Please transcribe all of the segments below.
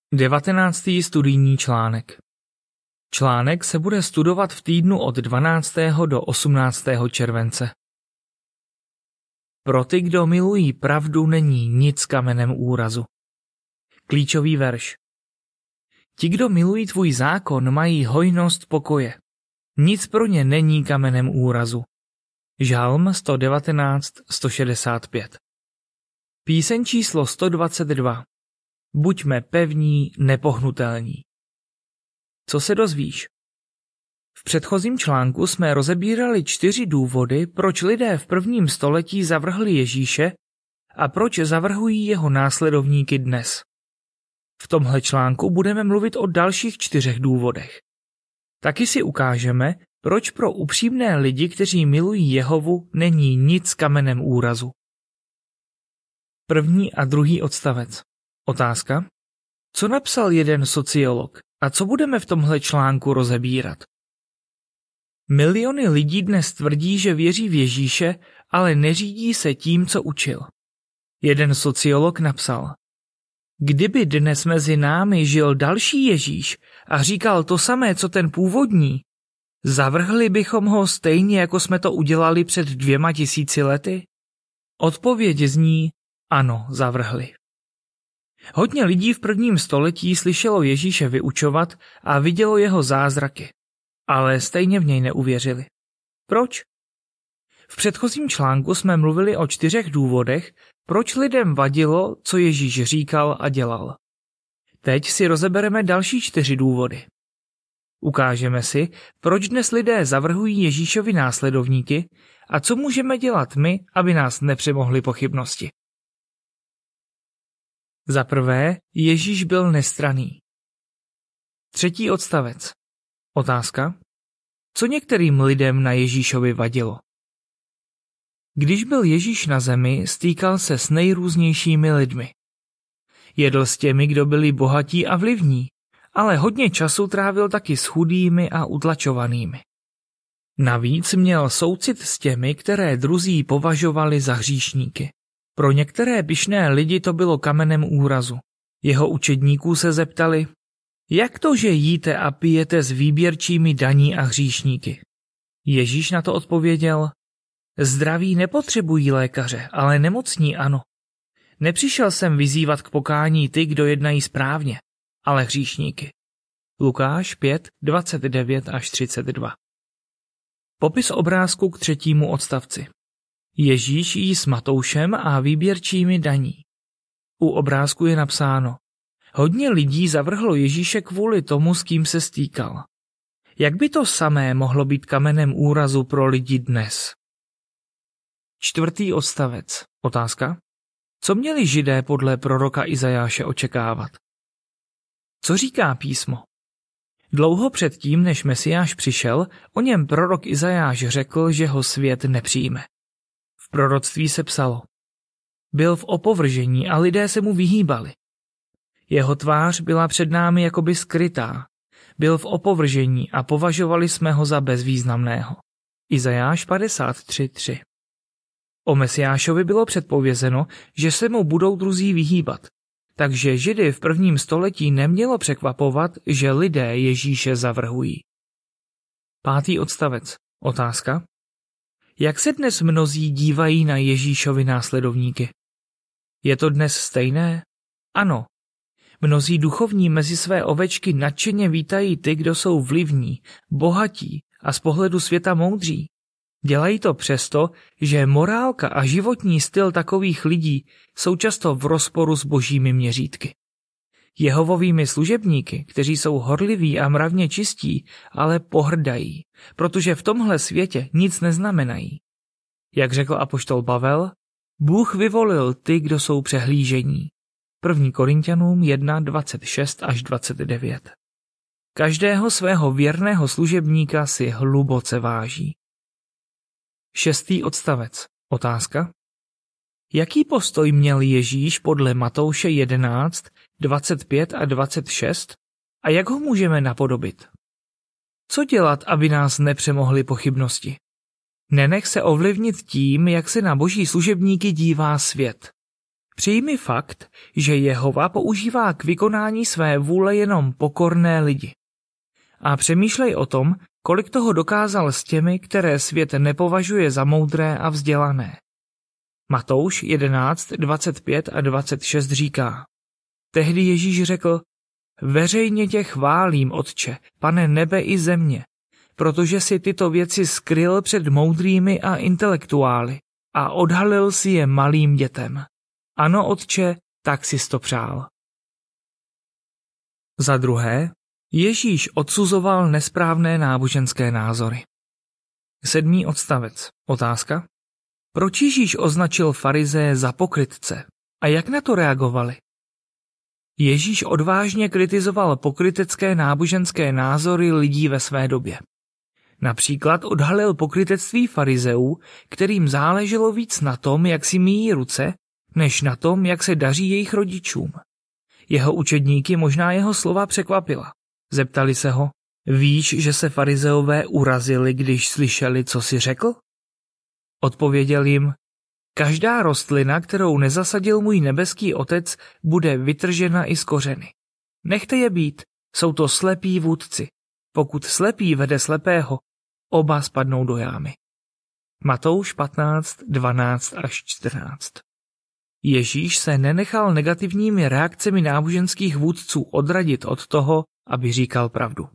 19. studijní článek. Článek se bude studovat v týdnu od 12. do 18. července. Pro ty, kdo milují pravdu, není nic kamenem úrazu. Klíčový verš. Ti, kdo milují tvůj zákon, mají hojnost pokoje. Nic pro ně není kamenem úrazu. Žalm 119, 165. Píseň číslo 122. Buďme pevní, nepohnutelní. Co se dozvíš? V předchozím článku jsme rozebírali 4 důvody, proč lidé v prvním století zavrhli Ježíše a proč zavrhují jeho následovníky dnes. V tomhle článku budeme mluvit o dalších 4 důvodech. Taky si ukážeme, proč pro upřímné lidi, kteří milují Jehovu, není nic kamenem úrazu. 1. a 2. odstavec. Otázka. Co napsal jeden sociolog a co budeme v tomhle článku rozebírat? Miliony lidí dnes tvrdí, že věří v Ježíše, ale neřídí se tím, co učil. Jeden sociolog napsal: Kdyby dnes mezi námi žil další Ježíš a říkal to samé, co ten původní, zavrhli bychom ho stejně, jako jsme to udělali před 2000 lety? Odpověď zní: ano, zavrhli. Hodně lidí v prvním století slyšelo Ježíše vyučovat a vidělo jeho zázraky, ale stejně v něj neuvěřili. Proč? V předchozím článku jsme mluvili o 4 důvodech, proč lidem vadilo, co Ježíš říkal a dělal. Teď si rozebereme další 4 důvody. Ukážeme si, proč dnes lidé zavrhují Ježíšovi následovníky a co můžeme dělat my, aby nás nepřemohly pochybnosti. Za prvé, Ježíš byl nestranný. 3. odstavec. Otázka. Co některým lidem na Ježíšovi vadilo? Když byl Ježíš na zemi, stýkal se s nejrůznějšími lidmi. Jedl s těmi, kdo byli bohatí a vlivní, ale hodně času trávil taky s chudými a utlačovanými. Navíc měl soucit s těmi, které druzí považovali za hříšníky. Pro některé pyšné lidi to bylo kamenem úrazu. Jeho učedníků se zeptali: jak to, že jíte a pijete s výběrčími daní a hříšníky? Ježíš na to odpověděl: zdraví nepotřebují lékaře, ale nemocní ano. Nepřišel jsem vyzývat k pokání ty, kdo jednají správně, ale hříšníky. Lukáš 5, 29 až 32. Popis obrázku k 3. odstavci. Ježíš jí s Matoušem a výběrčími daní. U obrázku je napsáno: hodně lidí zavrhlo Ježíše kvůli tomu, s kým se stýkal. Jak by to samé mohlo být kamenem úrazu pro lidi dnes? 4. odstavec. Otázka. Co měli Židé podle proroka Izajáše očekávat? Co říká písmo? Dlouho předtím, než Mesiáš přišel, o něm prorok Izajáš řekl, že ho svět nepřijme. V proroctví se psalo: byl v opovržení a lidé se mu vyhýbali. Jeho tvář byla před námi jakoby skrytá. Byl v opovržení a považovali jsme ho za bezvýznamného. Izajáš 53:3. O Mesiášovi bylo předpovězeno, že se mu budou druzí vyhýbat. Takže Židy v prvním století nemělo překvapovat, že lidé Ježíše zavrhují. 5. odstavec. Otázka. Jak se dnes mnozí dívají na Ježíšovi následovníky? Je to dnes stejné? Ano. Mnozí duchovní mezi své ovečky nadšeně vítají ty, kdo jsou vlivní, bohatí a z pohledu světa moudří. Dělají to přesto, že morálka a životní styl takových lidí jsou často v rozporu s božími měřítky. Jehovovými služebníky, kteří jsou horliví a mravně čistí, ale pohrdají, protože v tomhle světě nic neznamenají. Jak řekl apoštol Pavel, Bůh vyvolil ty, kdo jsou přehlížení. 1. Korinťanům 1, 26 až 29. Každého svého věrného služebníka si hluboce váží. 6. odstavec. Otázka. Jaký postoj měl Ježíš podle Matouše 11, 25 a 26 a jak ho můžeme napodobit? Co dělat, aby nás nepřemohly pochybnosti? Nenech se ovlivnit tím, jak se na boží služebníky dívá svět. Přijmi fakt, že Jehova používá k vykonání své vůle jenom pokorné lidi. A přemýšlej o tom, kolik toho dokázal s těmi, které svět nepovažuje za moudré a vzdělané. Matouš 11, 25 a 26 říká: Tehdy Ježíš řekl: Veřejně tě chválím, Otče, Pane nebe i země, protože si tyto věci skryl před moudrými a intelektuály a odhalil si je malým dětem. Ano, Otče, tak sis to přál. Za druhé, Ježíš odsuzoval nesprávné náboženské názory. 7. odstavec. Otázka: Proč Ježíš označil farizeje za pokrytce a jak na to reagovali? Ježíš odvážně kritizoval pokrytecké náboženské názory lidí ve své době. Například odhalil pokrytectví farizeů, kterým záleželo víc na tom, jak si myjí ruce, než na tom, jak se daří jejich rodičům. Jeho učedníky možná jeho slova překvapila. Zeptali se ho: Víš, že se farizeové urazili, když slyšeli, co jsi řekl? Odpověděl jim: Každá rostlina, kterou nezasadil můj nebeský Otec, bude vytržena i z kořeny. Nechte je být, jsou to slepí vůdci. Pokud slepý vede slepého, oba spadnou do jámy. Matouš 15, 12 až 14. Ježíš se nenechal negativními reakcemi náboženských vůdců odradit od toho, aby říkal pravdu.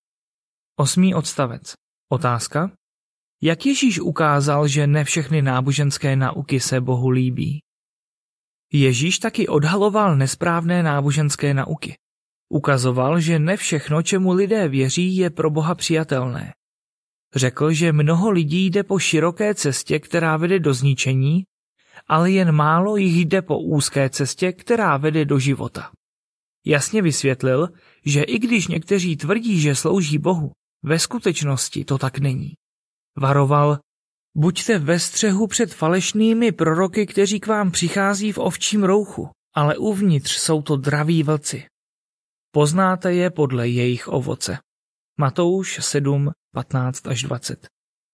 8. odstavec. Otázka: Jak Ježíš ukázal, že ne všechny náboženské nauky se Bohu líbí? Ježíš taky odhaloval nesprávné náboženské nauky. Ukazoval, že ne všechno, čemu lidé věří, je pro Boha přijatelné. Řekl, že mnoho lidí jde po široké cestě, která vede do zničení, ale jen málo jich jde po úzké cestě, která vede do života. Jasně vysvětlil, že i když někteří tvrdí, že slouží Bohu, ve skutečnosti to tak není. Varoval: Buďte ve střehu před falešnými proroky, kteří k vám přichází v ovčím rouchu, ale uvnitř jsou to draví vlci. Poznáte je podle jejich ovoce. Matouš 7, 15 až 20.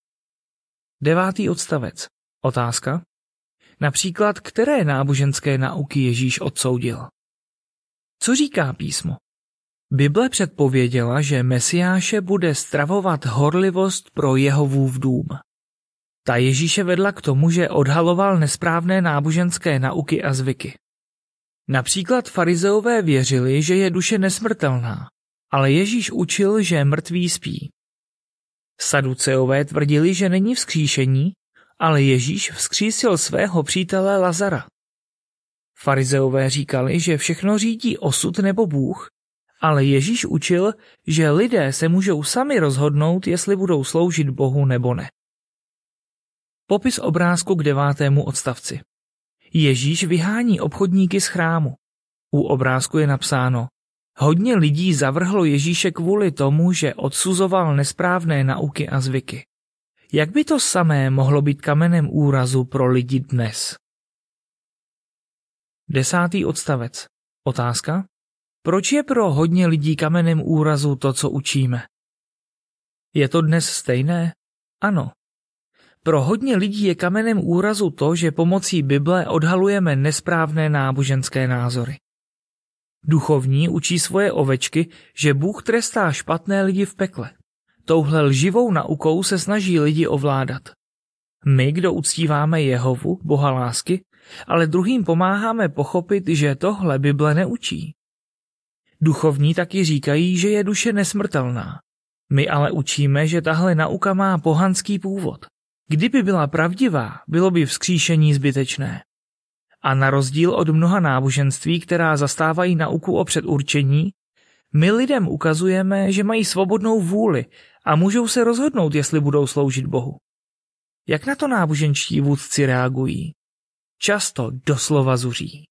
9. odstavec. Otázka: Například, které náboženské nauky Ježíš odsoudil? Co říká písmo? Bible předpověděla, že Mesiáše bude stravovat horlivost pro Jehovův dům. Ta Ježíše vedla k tomu, že odhaloval nesprávné náboženské nauky a zvyky. Například farizeové věřili, že je duše nesmrtelná, ale Ježíš učil, že mrtví spí. Saduceové tvrdili, že není vzkříšení, ale Ježíš vzkřísil svého přítele Lazara. Farizeové říkali, že všechno řídí osud nebo Bůh, ale Ježíš učil, že lidé se můžou sami rozhodnout, jestli budou sloužit Bohu nebo ne. Popis obrázku k 9. odstavci. Ježíš vyhání obchodníky z chrámu. U obrázku je napsáno: Hodně lidí zavrhlo Ježíše kvůli tomu, že odsuzoval nesprávné nauky a zvyky. Jak by to samé mohlo být kamenem úrazu pro lidi dnes? 10. odstavec. Otázka: Proč je pro hodně lidí kamenem úrazu to, co učíme? Je to dnes stejné? Ano. Pro hodně lidí je kamenem úrazu to, že pomocí Bible odhalujeme nesprávné náboženské názory. Duchovní učí svoje ovečky, že Bůh trestá špatné lidi v pekle. Touhle lživou naukou se snaží lidi ovládat. My, kdo uctíváme Jehovu, Boha lásky, ale druhým pomáháme pochopit, že tohle Bible neučí. Duchovní taky říkají, že je duše nesmrtelná. My ale učíme, že tahle nauka má pohanský původ. Kdyby byla pravdivá, bylo by vzkříšení zbytečné. A na rozdíl od mnoha náboženství, která zastávají nauku o předurčení, my lidem ukazujeme, že mají svobodnou vůli a můžou se rozhodnout, jestli budou sloužit Bohu. Jak na to náboženští vůdci reagují? Často doslova zuří.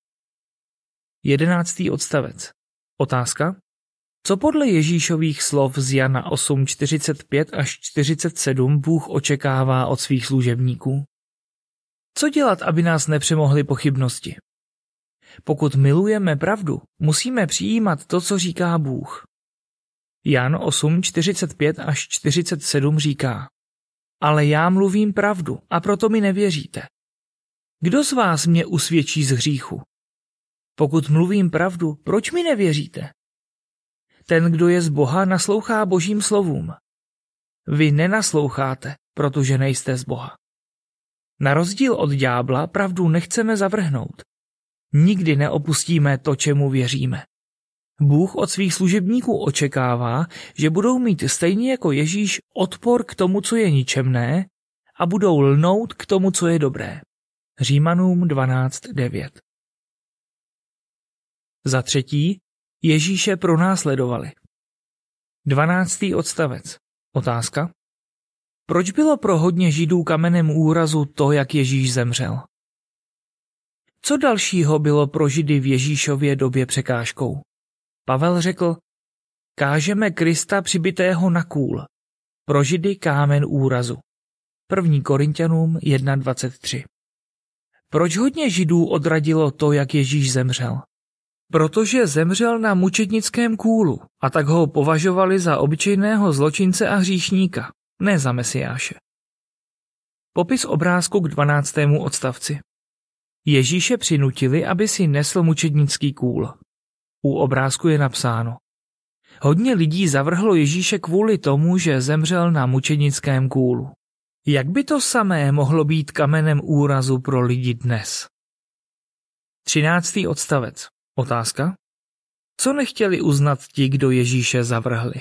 11. odstavec. Otázka: Co podle Ježíšových slov z Jana 8:45 až 47 Bůh očekává od svých služebníků? Co dělat, aby nás nepřemohly pochybnosti? Pokud milujeme pravdu, musíme přijímat to, co říká Bůh. Jan 8:45 až 47 říká: Ale já mluvím pravdu a proto mi nevěříte. Kdo z vás mě usvědčí z hříchu? Pokud mluvím pravdu, proč mi nevěříte? Ten, kdo je z Boha, naslouchá Božím slovům. Vy nenasloucháte, protože nejste z Boha. Na rozdíl od ďábla pravdu nechceme zavrhnout. Nikdy neopustíme to, čemu věříme. Bůh od svých služebníků očekává, že budou mít stejně jako Ježíš odpor k tomu, co je ničemné, a budou lnout k tomu, co je dobré. Římanům 12:9. Za třetí, Ježíše pronásledovali. 12. odstavec. Otázka. Proč bylo pro hodně Židů kamenem úrazu to, jak Ježíš zemřel? Co dalšího bylo pro Židy v Ježíšově době překážkou? Pavel řekl, kážeme Krista přibitého na kůl. Pro Židy kámen úrazu. 1. Korinťanům 1:23. Proč hodně Židů odradilo to, jak Ježíš zemřel? Protože zemřel na mučednickém kůlu a tak ho považovali za obyčejného zločince a hříšníka, ne za Mesiáše. Popis obrázku k 12. odstavci. Ježíše přinutili, aby si nesl mučednický kůl. U obrázku je napsáno. Hodně lidí zavrhlo Ježíše kvůli tomu, že zemřel na mučednickém kůlu. Jak by to samé mohlo být kamenem úrazu pro lidi dnes? 13. odstavec. Otázka. Co nechtěli uznat ti, kdo Ježíše zavrhli?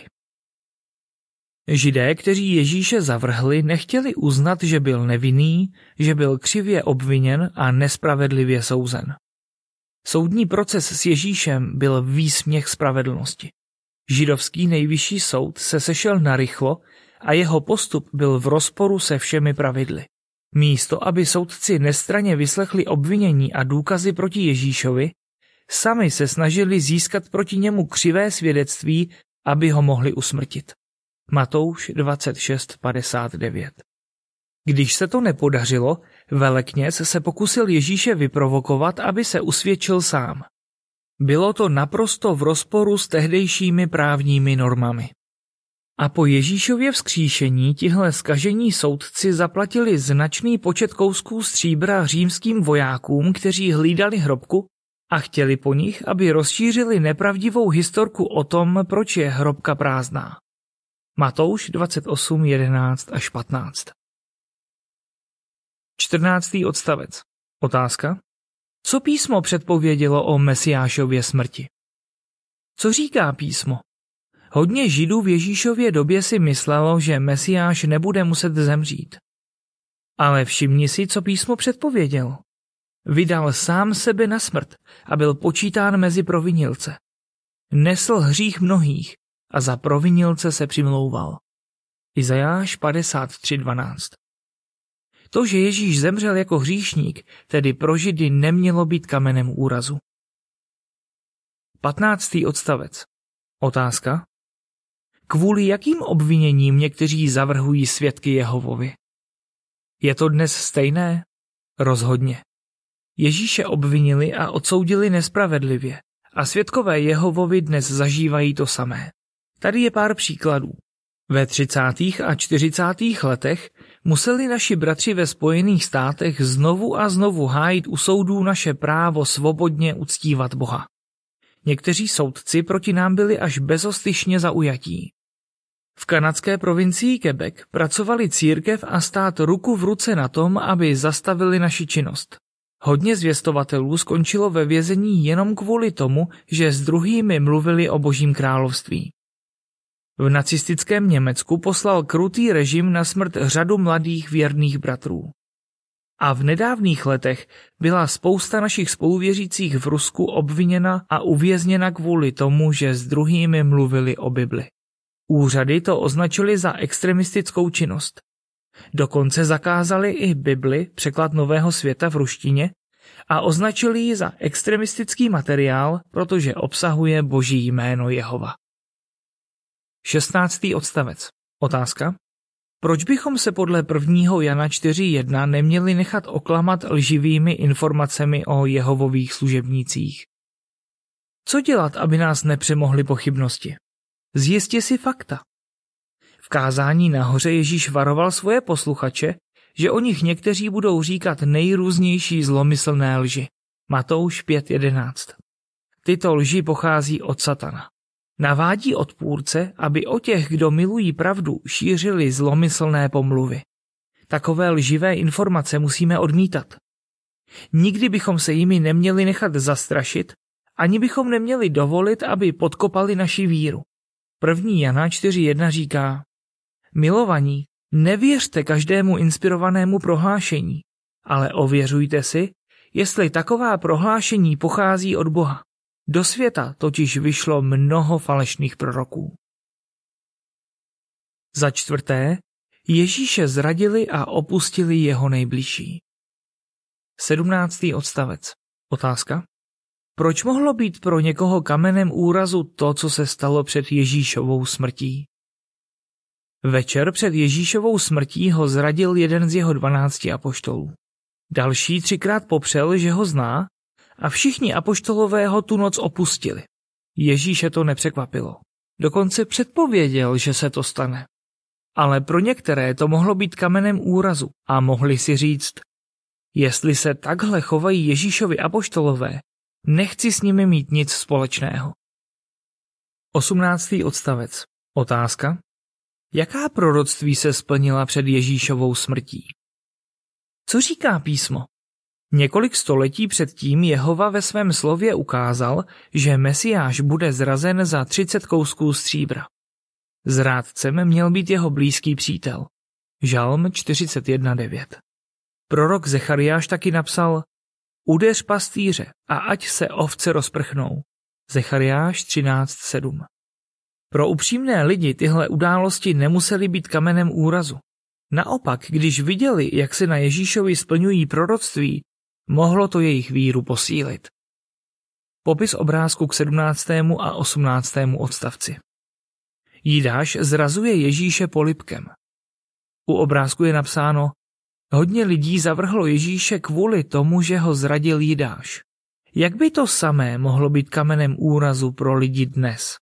Židé, kteří Ježíše zavrhli, nechtěli uznat, že byl nevinný, že byl křivě obviněn a nespravedlivě souzen. Soudní proces s Ježíšem byl výsměch spravedlnosti. Židovský nejvyšší soud se sešel narychlo a jeho postup byl v rozporu se všemi pravidly. Místo, aby soudci nestranně vyslechli obvinění a důkazy proti Ježíšovi, sami se snažili získat proti němu křivé svědectví, aby ho mohli usmrtit. Matouš 26:59. Když se to nepodařilo, velekněz se pokusil Ježíše vyprovokovat, aby se usvědčil sám. Bylo to naprosto v rozporu s tehdejšími právními normami. A po Ježíšově vzkříšení tihle zkažení soudci zaplatili značný počet kousků stříbra římským vojákům, kteří hlídali hrobku a chtěli po nich, aby rozšířili nepravdivou historku o tom, proč je hrobka prázdná. Matouš 28:11-15. 14. odstavec. Otázka. Co písmo předpovědělo o Mesiášově smrti? Co říká písmo? Hodně Židů v Ježíšově době si myslelo, že Mesiáš nebude muset zemřít. Ale všimni si, co písmo předpověděl. Vydal sám sebe na smrt a byl počítán mezi provinilce. Nesl hřích mnohých a za provinilce se přimlouval. Izajáš 53:12. To, že Ježíš zemřel jako hříšník, tedy pro Židy nemělo být kamenem úrazu. 15. odstavec. Otázka. Kvůli jakým obviněním někteří zavrhují svědky Jehovovi? Je to dnes stejné? Rozhodně. Ježíše obvinili a odsoudili nespravedlivě a svědkové Jehovovi dnes zažívají to samé. Tady je pár příkladů. Ve 30. a 40. letech museli naši bratři ve Spojených státech znovu a znovu hájit u soudů naše právo svobodně uctívat Boha. Někteří soudci proti nám byli až bezostyšně zaujatí. V kanadské provincii Quebec pracovali církev a stát ruku v ruce na tom, aby zastavili naši činnost. Hodně zvěstovatelů skončilo ve vězení jenom kvůli tomu, že s druhými mluvili o Božím království. V nacistickém Německu poslal krutý režim na smrt řadu mladých věrných bratrů. A v nedávných letech byla spousta našich spoluvěřících v Rusku obviněna a uvězněna kvůli tomu, že s druhými mluvili o Bibli. Úřady to označili za extremistickou činnost. Dokonce zakázali i Bibli, překlad Nového světa v ruštině, a označili ji za extremistický materiál, protože obsahuje Boží jméno Jehova. 16. odstavec. Otázka. Proč bychom se podle 1. Jana 4:1 neměli nechat oklamat lživými informacemi o Jehovových služebnících? Co dělat, aby nás nepřemohly pochybnosti? Zjistě si fakta. V kázání nahoře Ježíš varoval svoje posluchače, že o nich někteří budou říkat nejrůznější zlomyslné lži. Matouš 5.11. Tyto lži pochází od satana. Navádí odpůrce, aby o těch, kdo milují pravdu, šířili zlomyslné pomluvy. Takové lživé informace musíme odmítat. Nikdy bychom se jimi neměli nechat zastrašit, ani bychom neměli dovolit, aby podkopali naši víru. 1. Jana 4.1 říká: Milovaní, nevěřte každému inspirovanému prohlášení, ale ověřujte si, jestli taková prohlášení pochází od Boha. Do světa totiž vyšlo mnoho falešných proroků. Za čtvrté, Ježíše zradili a opustili jeho nejbližší. 17. odstavec. Otázka. Proč mohlo být pro někoho kamenem úrazu to, co se stalo před Ježíšovou smrtí? Večer před Ježíšovou smrtí ho zradil jeden z jeho 12 apoštolů. Další 3krát popřel, že ho zná, a všichni apoštolové ho tu noc opustili. Ježíše to nepřekvapilo. Dokonce předpověděl, že se to stane. Ale pro některé to mohlo být kamenem úrazu a mohli si říct: jestli se takhle chovají Ježíšovi apoštolové, nechci s nimi mít nic společného. 18. odstavec. Otázka. Jaká proroctví se splnila před Ježíšovou smrtí? Co říká písmo? Několik století předtím Jehova ve svém slově ukázal, že Mesiáš bude zrazen za 30 kousků stříbra. Zrádcem měl být jeho blízký přítel. Žalm 41.9. Prorok Zechariáš taky napsal: Udeř pastýře a ať se ovce rozprchnou. Zechariáš 13.7. Pro upřímné lidi tyhle události nemusely být kamenem úrazu. Naopak, když viděli, jak se na Ježíšovi splňují proroctví, mohlo to jejich víru posílit. Popis obrázku k 17. a 18. odstavci. Judáš zrazuje Ježíše polibkem. U obrázku je napsáno: Hodně lidí zavrhlo Ježíše kvůli tomu, že ho zradil Judáš. Jak by to samé mohlo být kamenem úrazu pro lidi dnes?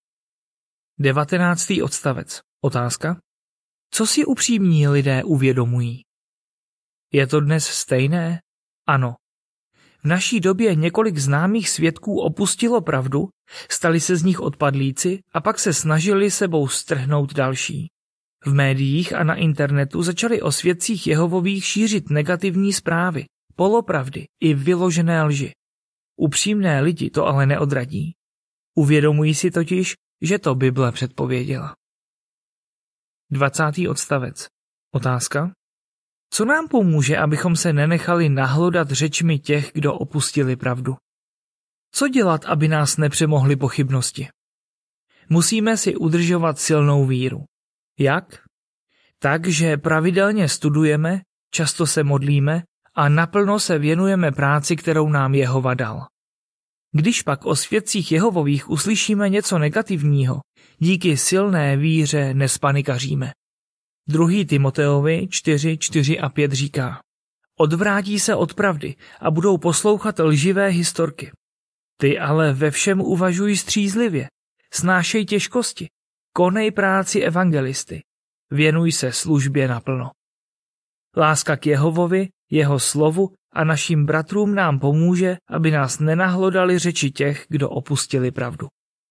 19. odstavec. Otázka. Co si upřímní lidé uvědomují? Je to dnes stejné? Ano. V naší době několik známých svědků opustilo pravdu, stali se z nich odpadlíci a pak se snažili sebou strhnout další. V médiích a na internetu začali o svědcích Jehovových šířit negativní zprávy, polopravdy i vyložené lži. Upřímné lidi to ale neodradí. Uvědomují si totiž, že to Bible předpověděla. 20. odstavec. Otázka. Co nám pomůže, abychom se nenechali nahlodat řečmi těch, kdo opustili pravdu? Co dělat, aby nás nepřemohly pochybnosti? Musíme si udržovat silnou víru. Jak? Tak, že pravidelně studujeme, často se modlíme a naplno se věnujeme práci, kterou nám Jehova dal. Když pak o svědcích Jehovových uslyšíme něco negativního, díky silné víře nespanikaříme. 2. Timoteovi 4 a 5 říká: Odvrátí se od pravdy a budou poslouchat lživé historky. Ty ale ve všem uvažuj střízlivě, snášej těžkosti, konej práci evangelisty, věnuj se službě naplno. Láska k Jehovovi, jeho slovu a našim bratrům nám pomůže, aby nás nenahlodali řeči těch, kdo opustili pravdu.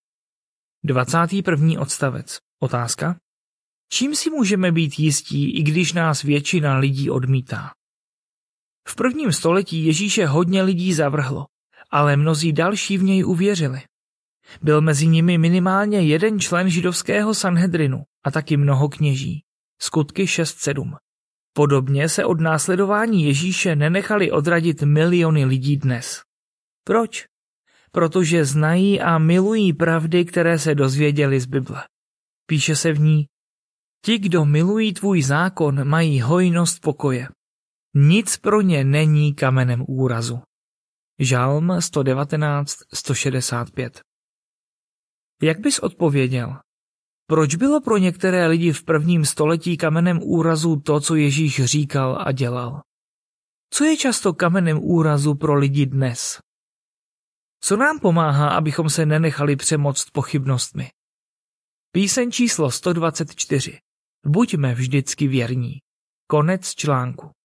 21. odstavec. Otázka. Čím si můžeme být jistí, i když nás většina lidí odmítá? V 1. století Ježíše hodně lidí zavrhlo, ale mnozí další v něj uvěřili. Byl mezi nimi minimálně jeden člen židovského Sanhedrinu a taky mnoho kněží. Skutky 6.7. Podobně se od následování Ježíše nenechali odradit miliony lidí dnes. Proč? Protože znají a milují pravdy, které se dozvěděli z Bible. Píše se v ní: Ti, kdo milují tvůj zákon, mají hojnost pokoje. Nic pro ně není kamenem úrazu. Žalm 119:165. Jak bys odpověděl? Proč bylo pro některé lidi v 1. století kamenem úrazu to, co Ježíš říkal a dělal? Co je často kamenem úrazu pro lidi dnes? Co nám pomáhá, abychom se nenechali přemoct pochybnostmi? Píseň číslo 124. Buďme vždycky věrní. Konec článku.